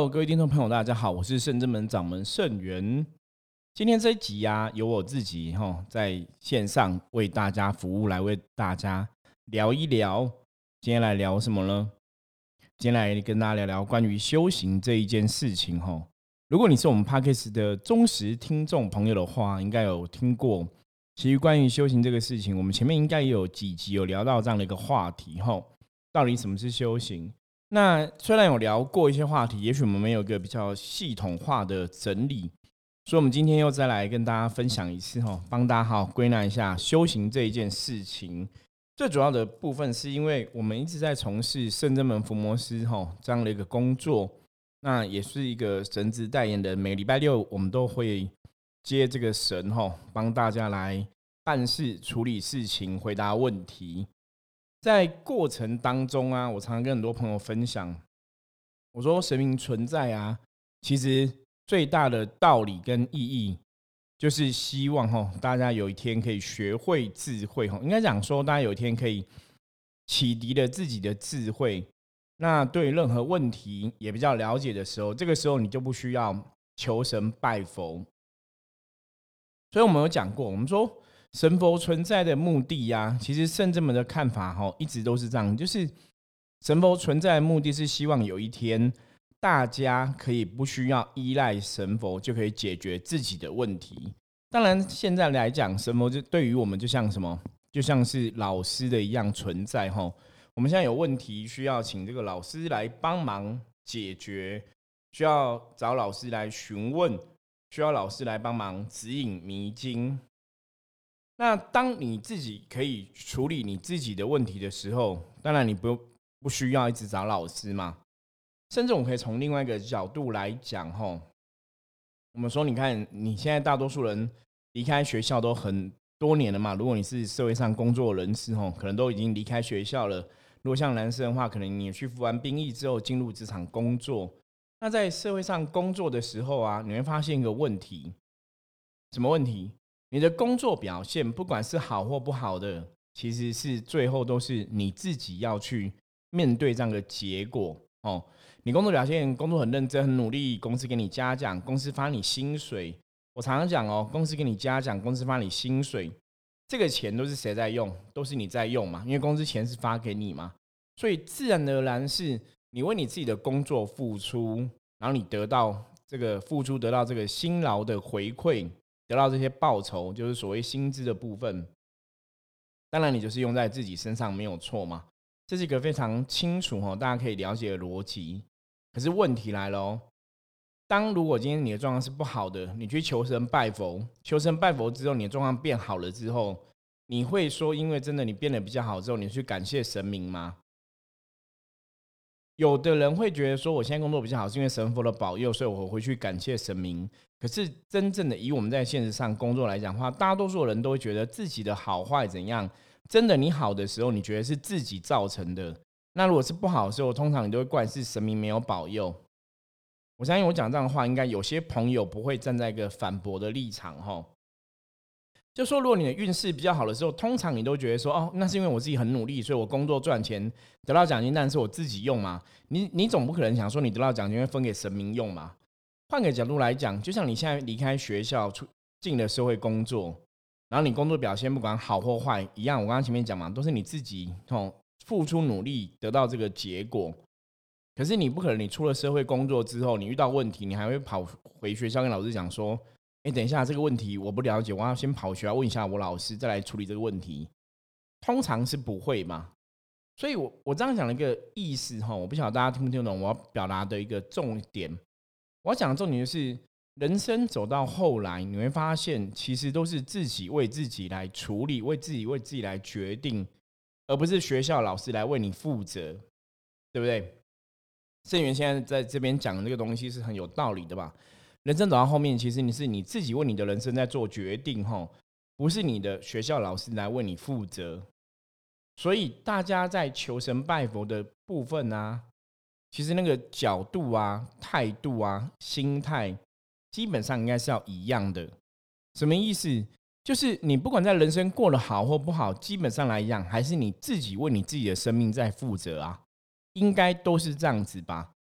Hello，各位听众朋友，大家好，我是圣真门掌门圣元。今天这一集由我自己在线上为大家服务，来为大家聊一聊。今天来聊什么呢？今天来跟大家聊聊关于修行这一件事情。如果你是我们 Podcast 的忠实听众朋友的话，应该有听过。其实关于修行这个事情，我们前面应该也有几集有聊到这样的一个话题。到底什么是修行？那虽然有聊过一些话题，也许我们没有一个比较系统化的整理，所以我们今天又再来跟大家分享一次，帮大家归纳一下修行这一件事情。最主要的部分是因为我们一直在从事圣真门伏魔师这样的一个工作，那也是一个神职代言人，每个礼拜六我们都会接这个神帮大家来办事、处理事情、回答问题。在过程当中我常常跟很多朋友分享，我说神明存在其实最大的道理跟意义，就是希望大家有一天可以学会智慧，应该讲说大家有一天可以启迪了自己的智慧，那对任何问题也比较了解的时候，这个时候你就不需要求神拜佛。所以我们有讲过，我们说神佛存在的目的其实圣真门的看法一直都是这样，就是神佛存在的目的是希望有一天大家可以不需要依赖神佛就可以解决自己的问题。当然现在来讲，神佛就对于我们就像什么，就像是老师的一样存在。我们现在有问题需要请这个老师来帮忙解决，需要找老师来询问，需要老师来帮忙指引迷津。那当你自己可以处理你自己的问题的时候，当然你不需要一直找老师嘛。甚至我们可以从另外一个角度来讲，我们说你看你现在大多数人离开学校都很多年了嘛，如果你是社会上工作人士可能都已经离开学校了。如果像男生的话，可能你去服完兵役之后进入职场工作。那在社会上工作的时候你会发现一个问题。什么问题？你的工作表现不管是好或不好的，其实是最后都是你自己要去面对这样的结果。你工作表现，工作很认真很努力，公司给你嘉奖，公司发你薪水。我常常讲公司给你嘉奖，公司发你薪水，这个钱都是谁在用？都是你在用嘛，因为公司钱是发给你嘛。所以自然而然是你为你自己的工作付出，然后你得到这个付出，得到这个辛劳的回馈，得到这些报酬，就是所谓薪资的部分。当然你就是用在自己身上没有错嘛，这是一个非常清楚大家可以了解的逻辑。可是问题来了当如果今天你的状况是不好的，你去求神拜佛，求神拜佛之后你的状况变好了之后，你会说因为真的你变得比较好之后你去感谢神明吗？有的人会觉得说我现在工作比较好是因为神佛的保佑，所以我回去感谢神明。可是真正的以我们在现实上工作来讲的话，大多数的人都会觉得自己的好坏怎样，真的你好的时候你觉得是自己造成的，那如果是不好的时候，通常你都会怪是神明没有保佑。我相信我讲这样的话，应该有些朋友不会站在一个反驳的立场就说如果你的运势比较好的时候，通常你都觉得说那是因为我自己很努力，所以我工作赚钱得到奖金，但是我自己用嘛。你总不可能想说你得到奖金会分给神明用嘛。换个角度来讲，就像你现在离开学校进了社会工作，然后你工作表现不管好或坏一样，我刚刚前面讲嘛，都是你自己付出努力得到这个结果。可是你不可能你出了社会工作之后，你遇到问题你还会跑回学校跟老师讲说等一下这个问题我不了解，我要先跑学校问一下我老师再来处理这个问题。通常是不会嘛。所以我这样讲的一个意思我不晓得大家听不听懂我要表达的一个重点。我要讲的重点就是人生走到后来你会发现其实都是自己为自己来处理，为自己来决定，而不是学校老师来为你负责，对不对？圣元现在在这边讲的这个东西是很有道理的吧。人生走到后面其实你是你自己为你的人生在做决定不是你的学校老师来为你负责。所以大家在求神拜佛的部分其实那个角度态度心态基本上应该是要一样的。什么意思？就是你不管在人生过得好或不好，基本上来讲还是你自己为你自己的生命在负责应该都是这样子吧。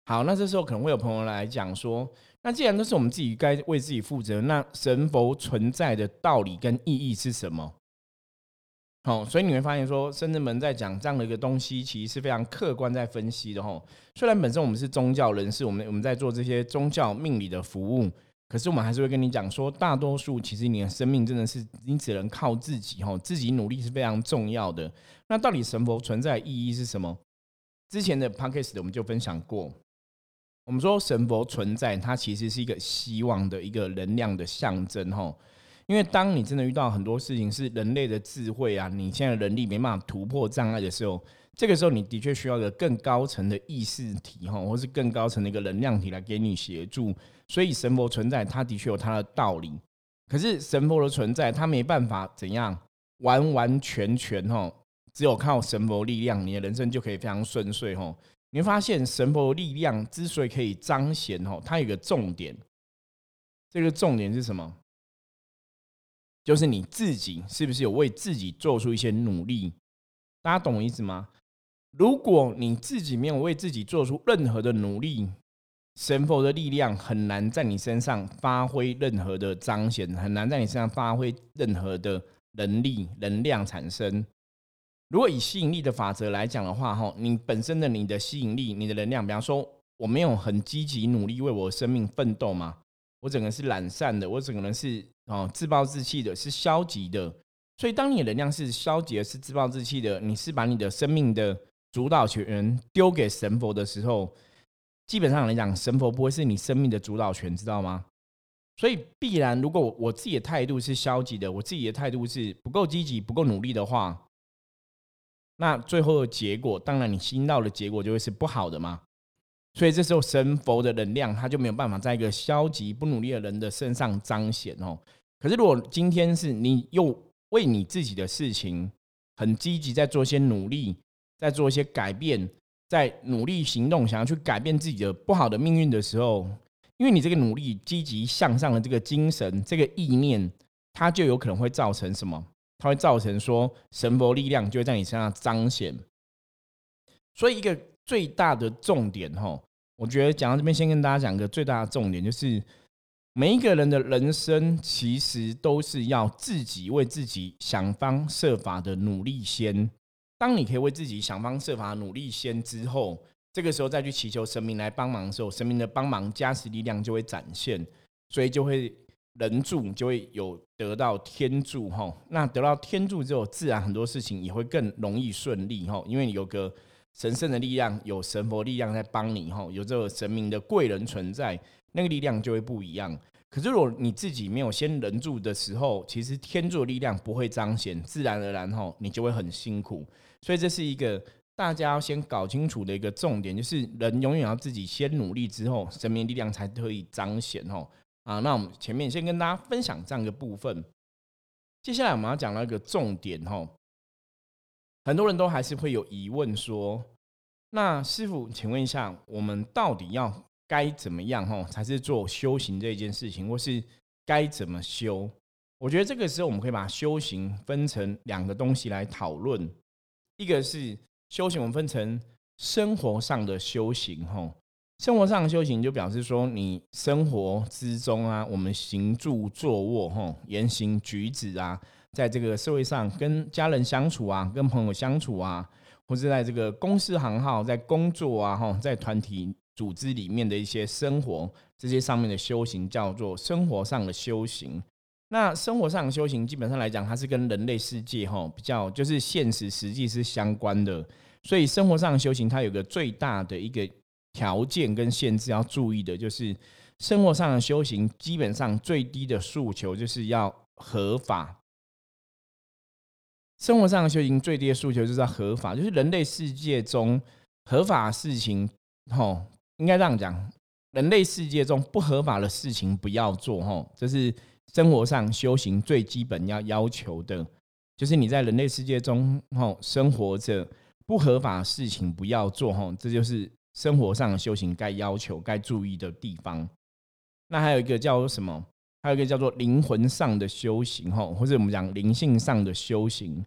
好，那这时候可能会有朋友来讲说，那既然都是我们自己该为自己负责，那神佛存在的道理跟意义是什么？所以你会发现说，圣人们在讲这样的一个东西，其实是非常客观在分析的。虽然本身我们是宗教人士，我们在做这些宗教命理的服务，可是我们还是会跟你讲说，大多数其实你的生命真的是你只能靠自己，自己努力是非常重要的。那到底神佛存在的意义是什么？之前的 podcast 我们就分享过，我们说神佛存在，它其实是一个希望的一个能量的象征。因为当你真的遇到很多事情是人类的智慧啊，你现在的人力没办法突破障碍的时候，这个时候你的确需要一个更高层的意识体，或是更高层的一个能量体来给你协助。所以神佛存在，它的确有它的道理。可是神佛的存在，它没办法怎样完完全全只有靠神佛力量，你的人生就可以非常顺遂。你会发现神佛力量之所以可以彰显，它有一个重点，这个重点是什么？就是你自己是不是有为自己做出一些努力？大家懂我意思吗？如果你自己没有为自己做出任何的努力，神佛的力量很难在你身上发挥任何的彰显，很难在你身上发挥任何的能力、能量产生。如果以吸引力的法则来讲的话，你本身的你的吸引力、你的能量，比方说我没有很积极努力为我的生命奋斗嘛，我整个是懒散的，我整个人是自暴自弃的，是消极的。所以当你的能量是消极的，是自暴自弃的，你是把你的生命的主导权丢给神佛的时候，基本上来讲，神佛不会是你生命的主导权，知道吗？所以必然，如果我自己的态度是消极的，我自己的态度是不够积极、不够努力的话，那最后的结果，当然你心到的结果就会是不好的嘛。所以这时候神佛的能量，它就没有办法在一个消极不努力的人的身上彰显。可是如果今天是你又为你自己的事情很积极，在做一些努力，在做一些改变，在努力行动，想要去改变自己的不好的命运的时候，因为你这个努力积极向上的这个精神，这个意念，它就有可能会造成什么？它会造成说神佛力量就会在你身上彰显。所以一个最大的重点，我觉得讲到这边，先跟大家讲一个最大的重点，就是每一个人的人生其实都是要自己为自己想方设法的努力先。当你可以为自己想方设法的努力先之后，这个时候再去祈求神明来帮忙的时候，神明的帮忙加持力量就会展现，所以就会人助，就会有得到天助。那得到天助之后，自然很多事情也会更容易顺利，因为有个神圣的力量，有神佛力量在帮你，有这个神明的贵人存在，那个力量就会不一样。可是如果你自己没有先人助的时候，其实天助的力量不会彰显，自然而然你就会很辛苦。所以这是一个大家要先搞清楚的一个重点，就是人永远要自己先努力之后，神明力量才可以彰显。那我们前面先跟大家分享这样一个部分，接下来我们要讲到一个重点。很多人都还是会有疑问说，那师父请问一下，我们到底该怎么样才是做修行这件事情，或是该怎么修？我觉得这个时候我们可以把修行分成两个东西来讨论，一个是修行我们分成生活上的修行。生活上的修行就表示说，你生活之中啊，我们行住坐卧言行举止啊，在这个社会上跟家人相处啊，跟朋友相处啊，或是在这个公司行号，在工作啊，在团体组织里面的一些生活，这些上面的修行叫做生活上的修行。那生活上的修行基本上来讲，它是跟人类世界比较就是现实实际是相关的，所以生活上的修行它有个最大的一个条件跟限制要注意的，就是生活上的修行基本上最低的诉求就是要合法。生活上的修行最低的诉求就是要合法，就是人类世界中合法的事情应该这样讲，人类世界中不合法的事情不要做，这是生活上修行最基本要求的，就是你在人类世界中生活着，不合法的事情不要做，这就是生活上的修行该要求该注意的地方。那还有一个叫做什么？还有一个叫做灵魂上的修行，或者我们讲灵性上的修行。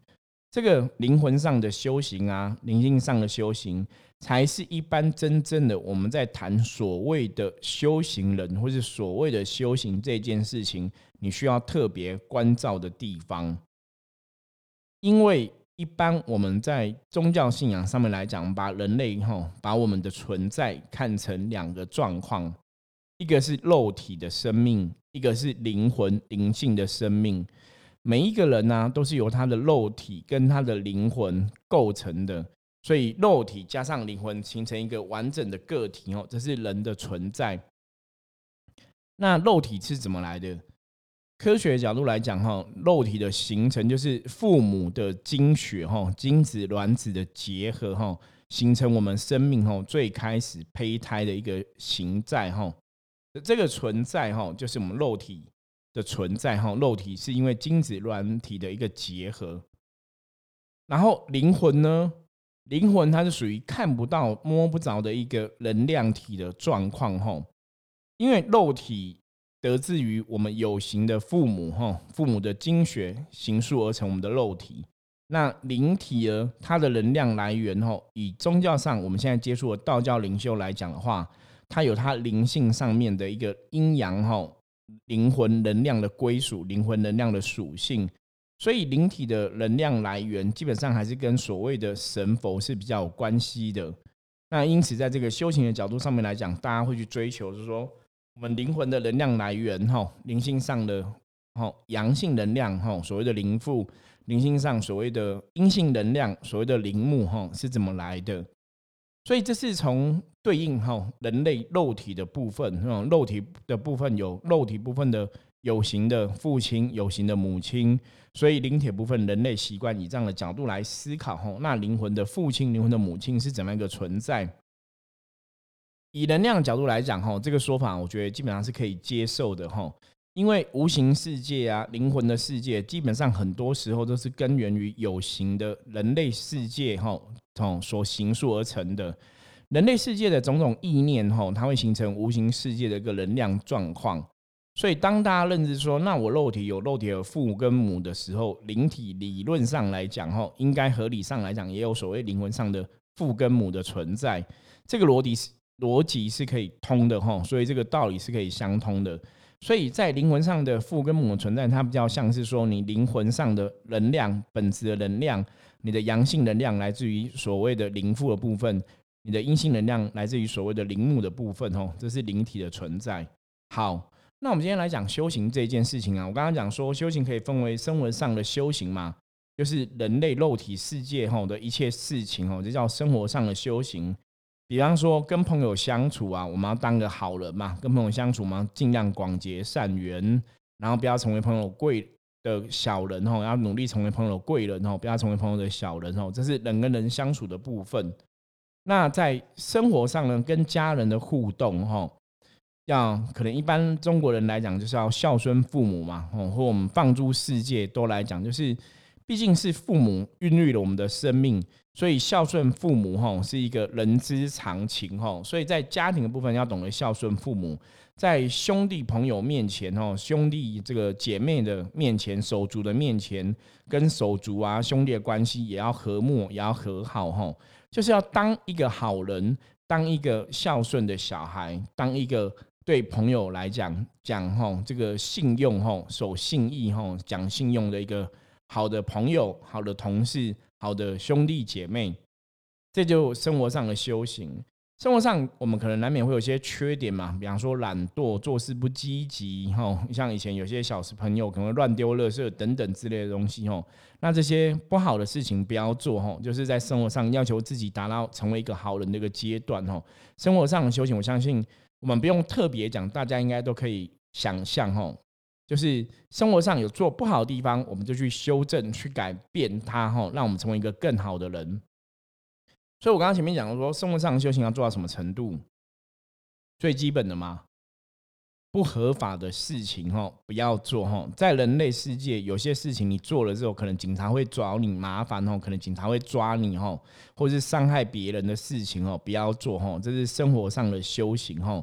这个灵魂上的修行啊，灵性上的修行，才是一般真正的我们在谈所谓的修行人，或是所谓的修行这件事情，你需要特别关照的地方。因为一般我们在宗教信仰上面来讲，把人类把我们的存在看成两个状况，一个是肉体的生命，一个是灵魂灵性的生命。每一个人啊，都是由他的肉体跟他的灵魂构成的，所以肉体加上灵魂形成一个完整的个体，这是人的存在。那肉体是怎么来的？科学角度来讲，肉体的形成就是父母的精血，精子卵子的结合，形成我们生命最开始胚胎的一个形在。这个存在就是我们肉体的存在，肉体是因为精子卵体的一个结合。然后灵魂呢？灵魂它是属于看不到摸不着的一个能量体的状况，因为肉体得自于我们有形的父母，父母的精血形塑而成我们的肉体。那灵体呢，它的能量来源，以宗教上我们现在接触的道教灵修来讲的话，它有它灵性上面的一个阴阳，灵魂能量的归属，灵魂能量的属性。所以灵体的能量来源基本上还是跟所谓的神佛是比较有关系的。那因此在这个修行的角度上面来讲，大家会去追求就是说我们灵魂的能量来源，灵性上的阳性能量，所谓的灵父，灵性上所谓的阴性能量，所谓的灵木是怎么来的。所以这是从对应人类肉体的部分，肉体的部分有肉体部分的有形的父亲，有形的母亲，所以灵体部分人类习惯以这样的角度来思考，那灵魂的父亲、灵魂的母亲是怎么样一个存在。以能量的角度来讲，这个说法我觉得基本上是可以接受的，因为无形世界啊，灵魂的世界基本上很多时候都是根源于有形的人类世界所形塑而成的。人类世界的种种意念，它会形成无形世界的一个能量状况。所以当大家认知说，那我肉体有肉体的父跟母的时候，灵体理论上来讲，应该合理上来讲也有所谓灵魂上的父跟母的存在。这个逻辑是可以通的，所以这个道理是可以相通的。所以在灵魂上的父跟母的存在，它比较像是说你灵魂上的能量，本质的能量，你的阳性能量来自于所谓的灵父的部分，你的阴性能量来自于所谓的灵木的部分，这是灵体的存在。好，那我们今天来讲修行这件事情啊，我刚刚讲说修行可以分为生活上的修行嘛，就是人类肉体世界的一切事情，这叫生活上的修行。比方说跟朋友相处啊，我们要当个好人嘛，跟朋友相处嘛，尽量广结善缘，然后不要成为朋友贵的小人，要努力成为朋友的贵人，不要成为朋友的小人，这是人跟人相处的部分。那在生活上呢，跟家人的互动，可能一般中国人来讲就是要孝顺父母嘛，或我们放诸世界都来讲，就是毕竟是父母孕育了我们的生命，所以孝顺父母是一个人之常情，所以在家庭的部分要懂得孝顺父母，在兄弟朋友面前，兄弟这个姐妹的面前，手足的面前，跟手足啊兄弟的关系也要和睦，也要和好，就是要当一个好人，当一个孝顺的小孩，当一个对朋友来讲这个信用守信义讲信用的一个好的朋友、好的同事、好的兄弟姐妹，这就生活上的修行。生活上我们可能难免会有些缺点嘛，比方说懒惰、做事不积极，像以前有些小朋友可能会乱丢垃圾等等之类的东西，那这些不好的事情不要做，就是在生活上要求自己达到成为一个好人的一个阶段。生活上的修行，我相信我们不用特别讲，大家应该都可以想象，就是生活上有做不好的地方，我们就去修正、去改变它，让我们成为一个更好的人。所以我刚刚前面讲说，生活上的修行要做到什么程度？最基本的嘛，不合法的事情不要做。在人类世界，有些事情你做了之后，可能警察会找你麻烦，可能警察会抓你，或是伤害别人的事情不要做。这是生活上的修行。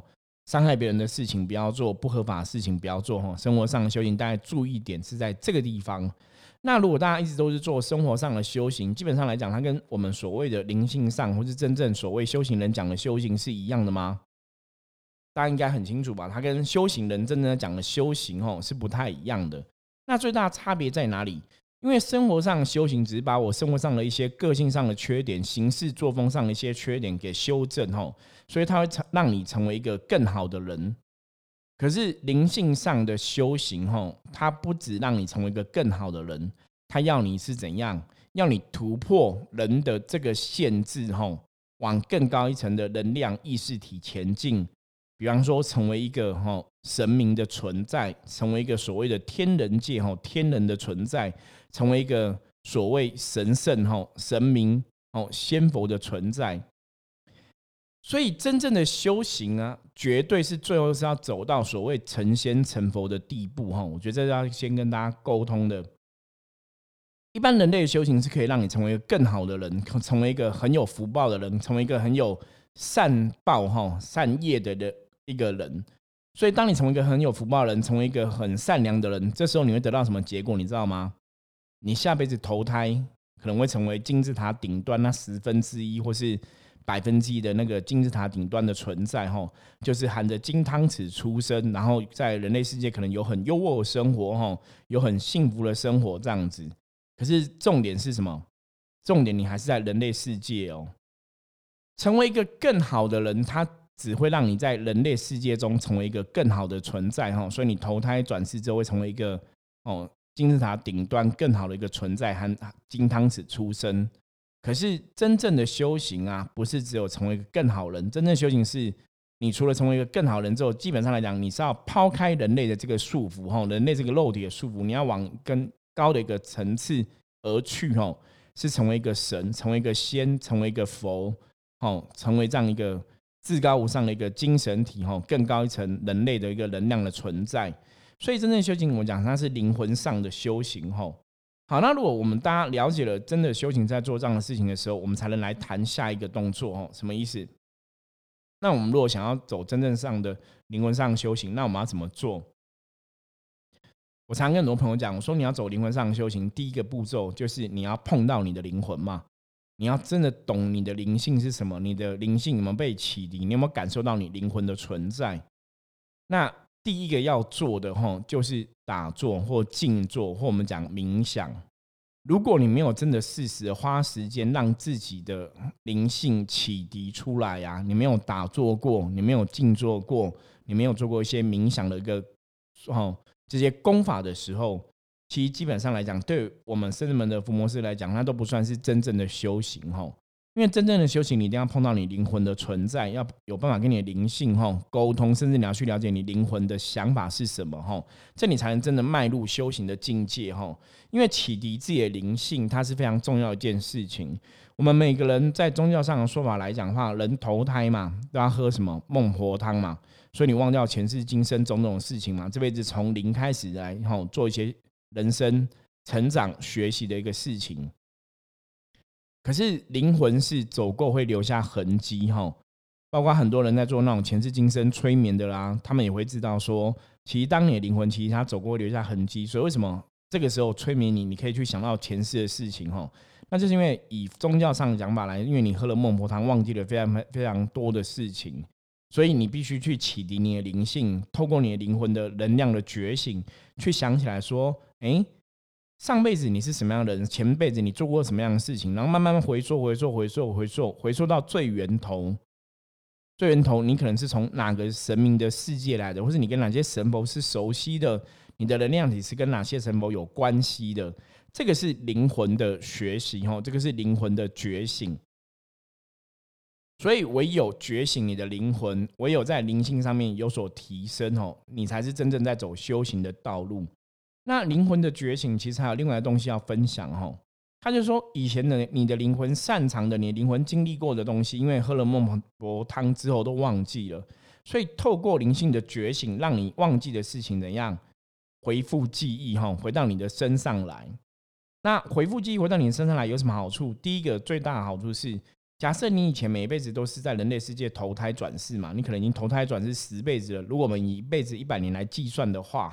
伤害别人的事情不要做，不合法的事情不要做。生活上的修行大概注意点是在这个地方。那如果大家一直都是做生活上的修行，基本上来讲，它跟我们所谓的灵性上或是真正所谓修行人讲的修行是一样的吗？大家应该很清楚吧？它跟修行人真正讲的修行是不太一样的。那最大的差别在哪里？因为生活上修行只是把我生活上的一些个性上的缺点、行事作风上的一些缺点给修正，所以它会让你成为一个更好的人。可是灵性上的修行，它不只让你成为一个更好的人，它要你是怎样？要你突破人的这个限制，往更高一层的能量意识体前进。比方说，成为一个神明的存在，成为一个所谓的天人界天人的存在，成为一个所谓神圣神明仙佛的存在。所以真正的修行啊，绝对是最后是要走到所谓成仙成佛的地步。我觉得这要先跟大家沟通的。一般人类的修行是可以让你成为一个更好的人，成为一个很有福报的人，成为一个很有善报善业的一个人。所以当你成为一个很有福报的人，成为一个很善良的人，这时候你会得到什么结果你知道吗？你下辈子投胎可能会成为金字塔顶端那1/10或是1%的那个金字塔顶端的存在，就是含着金汤匙出生，然后在人类世界可能有很优渥的生活，有很幸福的生活这样子。可是重点是什么？重点你还是在人类世界成为一个更好的人，他只会让你在人类世界中成为一个更好的存在，所以你投胎转世之后会成为一个金字塔顶端更好的一个存在，含金汤匙出生。可是真正的修行啊，不是只有成为一个更好人，真正的修行是你除了成为一个更好人之后，基本上来讲，你是要抛开人类的这个束缚，人类这个肉体的束缚，你要往更高的一个层次而去，是成为一个神，成为一个仙，成为一个佛，成为这样一个至高无上的一个精神体，更高一层人类的一个能量的存在。所以真正的修行，我讲它是灵魂上的修行。好，那如果我们大家了解了真的修行在做这样的事情的时候，我们才能来谈下一个动作。什么意思？那我们如果想要走真正上的灵魂上的修行，那我们要怎么做？我常跟很多朋友讲，我说你要走灵魂上的修行，第一个步骤就是你要碰到你的灵魂嘛，你要真的懂你的灵性是什么，你的灵性有没有被启迪，你有没有感受到你灵魂的存在？那第一个要做的就是打坐或静坐，或我们讲冥想。如果你没有真的适时的花时间让自己的灵性启迪出来啊，你没有打坐过，你没有静坐过，你没有做过一些冥想的一个这些功法的时候，其实基本上来讲，对我们圣人们的伏魔师来讲，它都不算是真正的修行。因为真正的修行，你一定要碰到你灵魂的存在，要有办法跟你的灵性沟通，甚至你要去了解你灵魂的想法是什么，这你才能真的迈入修行的境界。因为启迪自己的灵性，它是非常重要的一件事情。我们每个人在宗教上的说法来讲的话，人投胎嘛，都要喝什么孟婆汤嘛，所以你忘掉前世今生种种事情嘛，这辈子从零开始来做一些人生成长学习的一个事情。可是灵魂是走过会留下痕迹，包括很多人在做那种前世今生催眠的啦，他们也会知道说，其实当你的灵魂其实他走过会留下痕迹，所以为什么这个时候催眠你可以去想到前世的事情，那就是因为以宗教上的讲法来，因为你喝了孟婆汤忘记了非常非常多的事情，所以你必须去启迪你的灵性，透过你的灵魂的能量的觉醒，去想起来说，上辈子你是什么样的人，前辈子你做过什么样的事情，然后慢慢回溯到最源头。最源头你可能是从哪个神明的世界来的，或是你跟哪些神佛是熟悉的，你的能量体是跟哪些神佛有关系的，这个是灵魂的学习，这个是灵魂的觉醒。所以唯有觉醒你的灵魂，唯有在灵性上面有所提升，你才是真正在走修行的道路。那灵魂的觉醒其实还有另外的东西要分享，他就说以前的你的灵魂擅长的，你的灵魂经历过的东西，因为喝了孟婆汤之后都忘记了，所以透过灵性的觉醒，让你忘记的事情怎样回复记忆，回到你的身上来。那回复记忆回到你的身上来有什么好处？第一个最大的好处是假设你以前每一辈子都是在人类世界投胎转世嘛，你可能已经投胎转世10辈子了。如果我们以一辈子100年来计算的话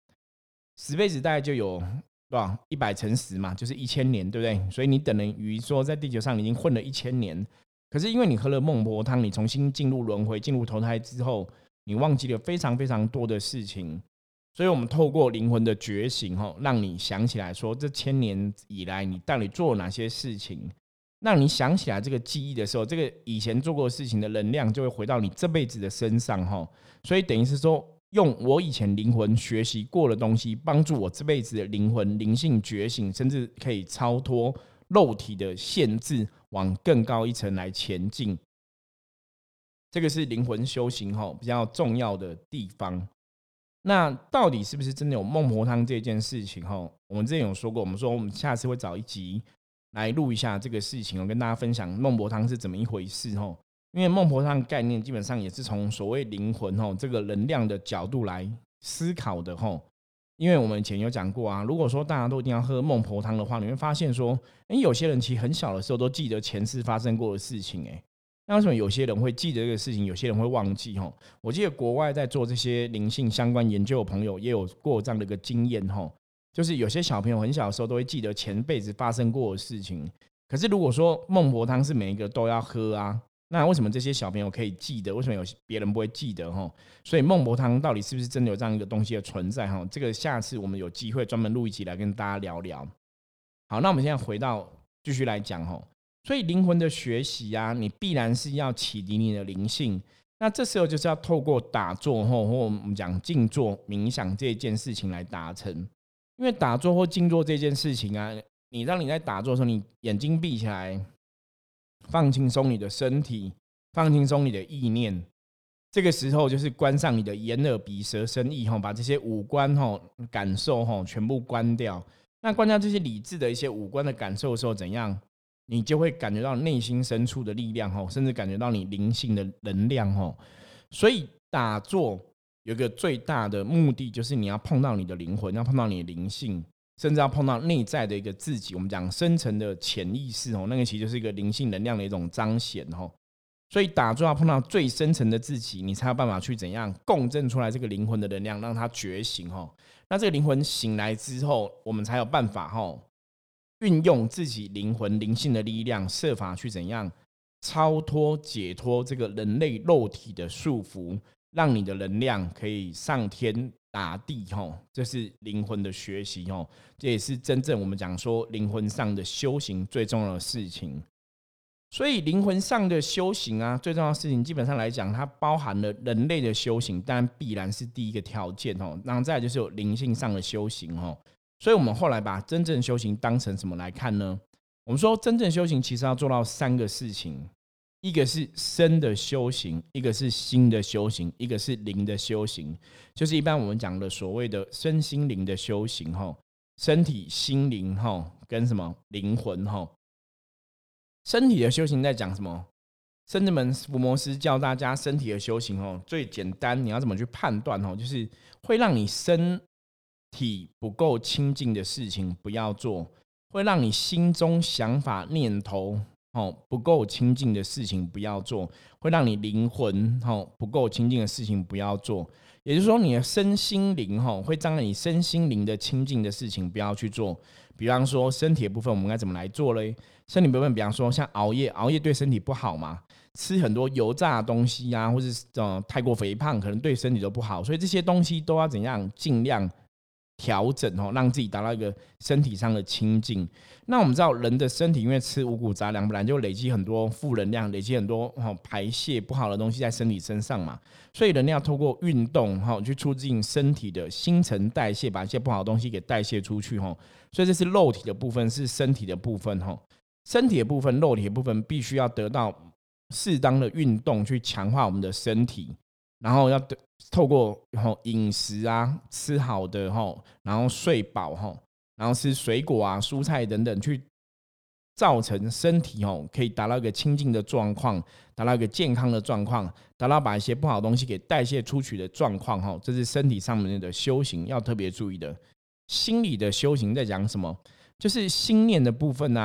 ，10辈子大概就有多少？100乘10嘛，就是1000年，对不对？所以你等于说在地球上你已经混了1000年。可是因为你喝了孟婆汤，你重新进入轮回、进入投胎之后，你忘记了非常非常多的事情。所以我们透过灵魂的觉醒，让你想起来说这1000年以来你到底做了哪些事情。让你想起来这个记忆的时候，这个以前做过的事情的能量就会回到你这辈子的身上。所以等于是说，用我以前灵魂学习过的东西，帮助我这辈子的灵魂灵性觉醒，甚至可以超脱肉体的限制，往更高一层来前进。这个是灵魂修行比较重要的地方。那到底是不是真的有孟婆汤这件事情？我们之前有说过，我们说我们下次会找一集来录一下这个事情，跟大家分享孟婆汤是怎么一回事。因为孟婆汤概念基本上也是从所谓灵魂这个能量的角度来思考的。因为我们以前有讲过啊，如果说大家都一定要喝孟婆汤的话，你会发现说，有些人其实很小的时候都记得前世发生过的事情。那为什么有些人会记得这个事情，有些人会忘记？我记得国外在做这些灵性相关研究的朋友也有过这样的一个经验。就是有些小朋友很小的时候都会记得前辈子发生过的事情，可是如果说孟婆汤是每一个都要喝啊，那为什么这些小朋友可以记得，为什么有别人不会记得？所以孟婆汤到底是不是真的有这样一个东西的存在？这个下次我们有机会专门录一集来跟大家聊聊。好，那我们现在回到继续来讲。所以灵魂的学习啊，你必然是要启迪你的灵性，那这时候就是要透过打坐或我们讲静坐冥想这件事情来达成。因为打坐或静坐这件事情啊，让你在打坐的时候，你眼睛闭起来，放轻松你的身体，放轻松你的意念。这个时候就是关上你的眼耳鼻舌身意，把这些五官感受全部关掉。那关掉这些理智的一些五官的感受的时候，怎样？你就会感觉到内心深处的力量，甚至感觉到你灵性的能量。所以打坐有一个最大的目的，就是你要碰到你的灵魂，要碰到你的灵性，甚至要碰到内在的一个自己。我们讲深层的潜意识，那个其实就是一个灵性能量的一种彰显。所以打坐要碰到最深层的自己，你才有办法去怎样共振出来这个灵魂的能量，让它觉醒。那这个灵魂醒来之后，我们才有办法运用自己灵魂灵性的力量，设法去怎样超脱解脱这个人类肉体的束缚，让你的能量可以上天打地。这是灵魂的学习，这也是真正我们讲说灵魂上的修行最重要的事情。所以灵魂上的修行啊，最重要的事情基本上来讲，它包含了人类的修行，当然必然是第一个条件。然后再来就是有灵性上的修行。所以我们后来把真正修行当成什么来看呢？我们说真正修行其实要做到3个事情，一个是身的修行，一个是心的修行，一个是灵的修行，就是一般我们讲的所谓的身心灵的修行。身体心灵跟什么灵魂。身体的修行在讲什么？圣真门伏魔师教大家身体的修行最简单，你要怎么去判断？就是会让你身体不够清净的事情不要做，会让你心中想法念头不够清净的事情不要做，会让你灵魂不够清净的事情不要做。也就是说，你的身心灵会障碍你身心灵的清净的事情不要去做。比方说身体的部分，我们该怎么来做嘞？身体部分，比方说像熬夜对身体不好嘛，吃很多油炸的东西啊，或是太过肥胖，可能对身体都不好。所以这些东西都要怎样尽量调整让自己达到一个身体上的清净。那我们知道人的身体因为吃五谷杂粮，本来就累积很多负能量，累积很多排泄不好的东西在身体身上嘛，所以人要透过运动去促进身体的新陈代谢，把一些不好的东西给代谢出去。所以这是肉体的部分，是身体的部分。身体的部分，肉体的部分必须要得到适当的运动去强化我们的身体，然后要透过饮食啊，吃好的，然后睡饱，然后吃水果啊、蔬菜等等，去造成身体可以达到一个清净的状况，达到一个健康的状况，达到把一些不好的东西给代谢出去的状况。这是身体上面的修行要特别注意的。心理的修行在讲什么？就是心念的部分啊，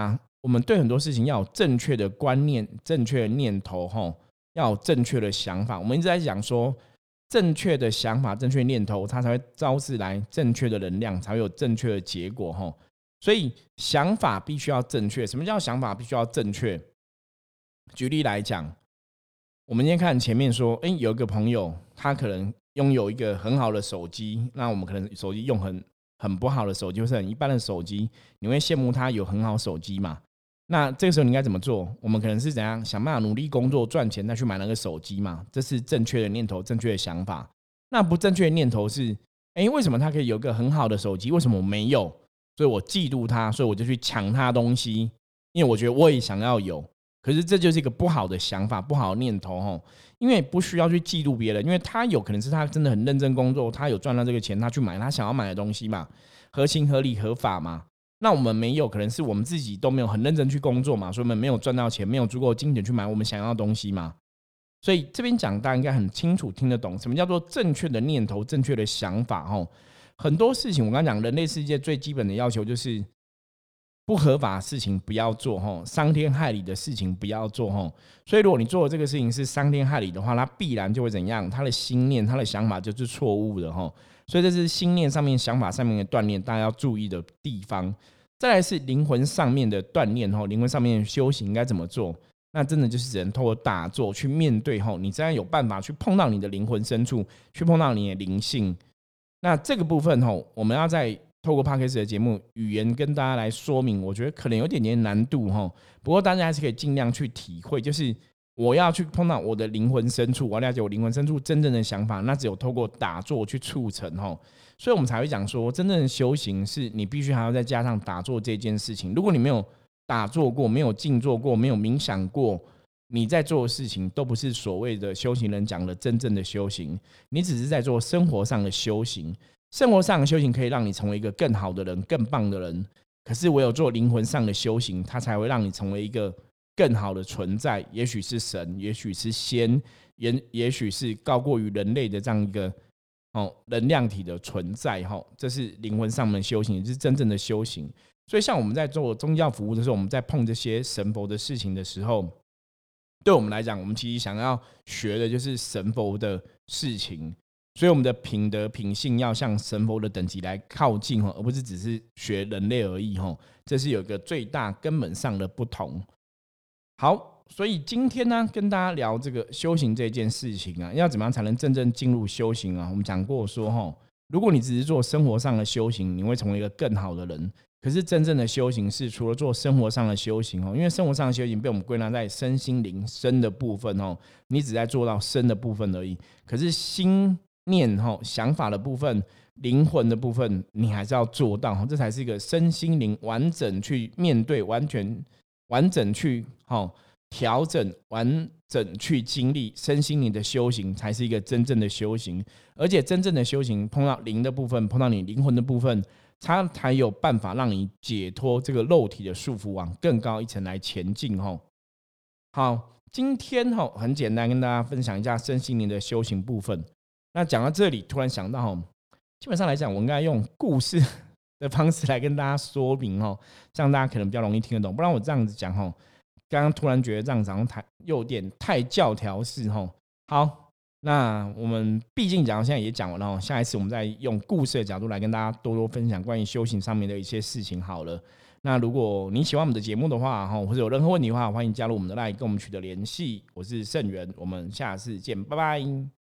我们对很多事情要有正确的观念、正确的念头，要有正确的想法。我们一直在讲说，正确的想法、正确的念头，它才会招致来正确的能量，才会有正确的结果。所以想法必须要正确。什么叫想法必须要正确？举例来讲，我们今天看前面说，有一个朋友，他可能拥有一个很好的手机，那我们可能手机用很不好的手机，或是很一般的手机，你会羡慕他有很好手机嘛？那这个时候你应该怎么做？我们可能是怎样想办法努力工作赚钱，再去买那个手机嘛？这是正确的念头，正确的想法。那不正确的念头是，为什么他可以有一个很好的手机，为什么我没有？所以我嫉妒他，所以我就去抢他东西，因为我觉得我也想要有。可是这就是一个不好的想法，不好的念头，因为不需要去嫉妒别人，因为他有可能是他真的很认真工作，他有赚到这个钱，他去买他想要买的东西嘛，合情合理合法嘛。那我们没有，可能是我们自己都没有很认真去工作嘛，所以我们没有赚到钱，没有足够金钱去买我们想要的东西嘛。所以这边讲大家应该很清楚听得懂什么叫做正确的念头、正确的想法。很多事情我刚刚讲，人类世界最基本的要求就是不合法的事情不要做，伤天害理的事情不要做。所以如果你做的这个事情是伤天害理的话，它必然就会怎样？他的心念、他的想法就是错误的。所以这是心念上面、想法上面的锻炼，大家要注意的地方。再来是灵魂上面的锻炼，灵魂上面的修行应该怎么做？那真的就是只能透过打坐去面对，你真的有办法去碰到你的灵魂深处，去碰到你的灵性。那这个部分我们要再透过 Podcast 的节目语言跟大家来说明，我觉得可能有点点难度，不过大家还是可以尽量去体会，就是我要去碰到我的灵魂深处，我要了解我灵魂深处真正的想法，那只有透过打坐去促成。所以我们才会讲说，真正的修行是你必须还要再加上打坐这件事情。如果你没有打坐过，没有静坐过，没有冥想过，你在做的事情都不是所谓的修行人讲的真正的修行，你只是在做生活上的修行。生活上的修行可以让你成为一个更好的人，更棒的人，可是唯有做灵魂上的修行，它才会让你成为一个更好的存在，也许是神，也许是仙，也许是高过于人类的这样一个能量体的存在。这是灵魂上面的修行，也是真正的修行。所以像我们在做宗教服务的时候，我们在碰这些神佛的事情的时候，对我们来讲，我们其实想要学的就是神佛的事情，所以我们的品德品性要向神佛的等级来靠近，而不是只是学人类而已。这是有一个最大根本上的不同。好，所以今天呢，跟大家聊这个修行这件事情啊，要怎么样才能真正进入修行啊？我们讲过说，如果你只是做生活上的修行，你会成为一个更好的人。可是真正的修行是除了做生活上的修行，因为生活上的修行被我们归纳在身心灵身的部分，你只在做到身的部分而已。可是心念想法的部分、灵魂的部分，你还是要做到，这才是一个身心灵完整去面对、完整去调整、完整去经历身心灵的修行，才是一个真正的修行。而且真正的修行碰到灵的部分，碰到你灵魂的部分，它才有办法让你解脱这个肉体的束缚，往更高一层来前进。好，今天很简单跟大家分享一下身心灵的修行部分。那讲到这里，突然想到，基本上来讲，我应该用故事的方式来跟大家说明，这样大家可能比较容易听得懂。不然我这样子讲，刚刚突然觉得这样讲有点太教条式。好，那我们毕竟讲到现在也讲完了，下一次我们再用故事的角度来跟大家多多分享关于修行上面的一些事情好了。那如果你喜欢我们的节目的话，或者有任何问题的话，欢迎加入我们的 LINE 跟我们取得联系。我是盛元，我们下次见，拜拜。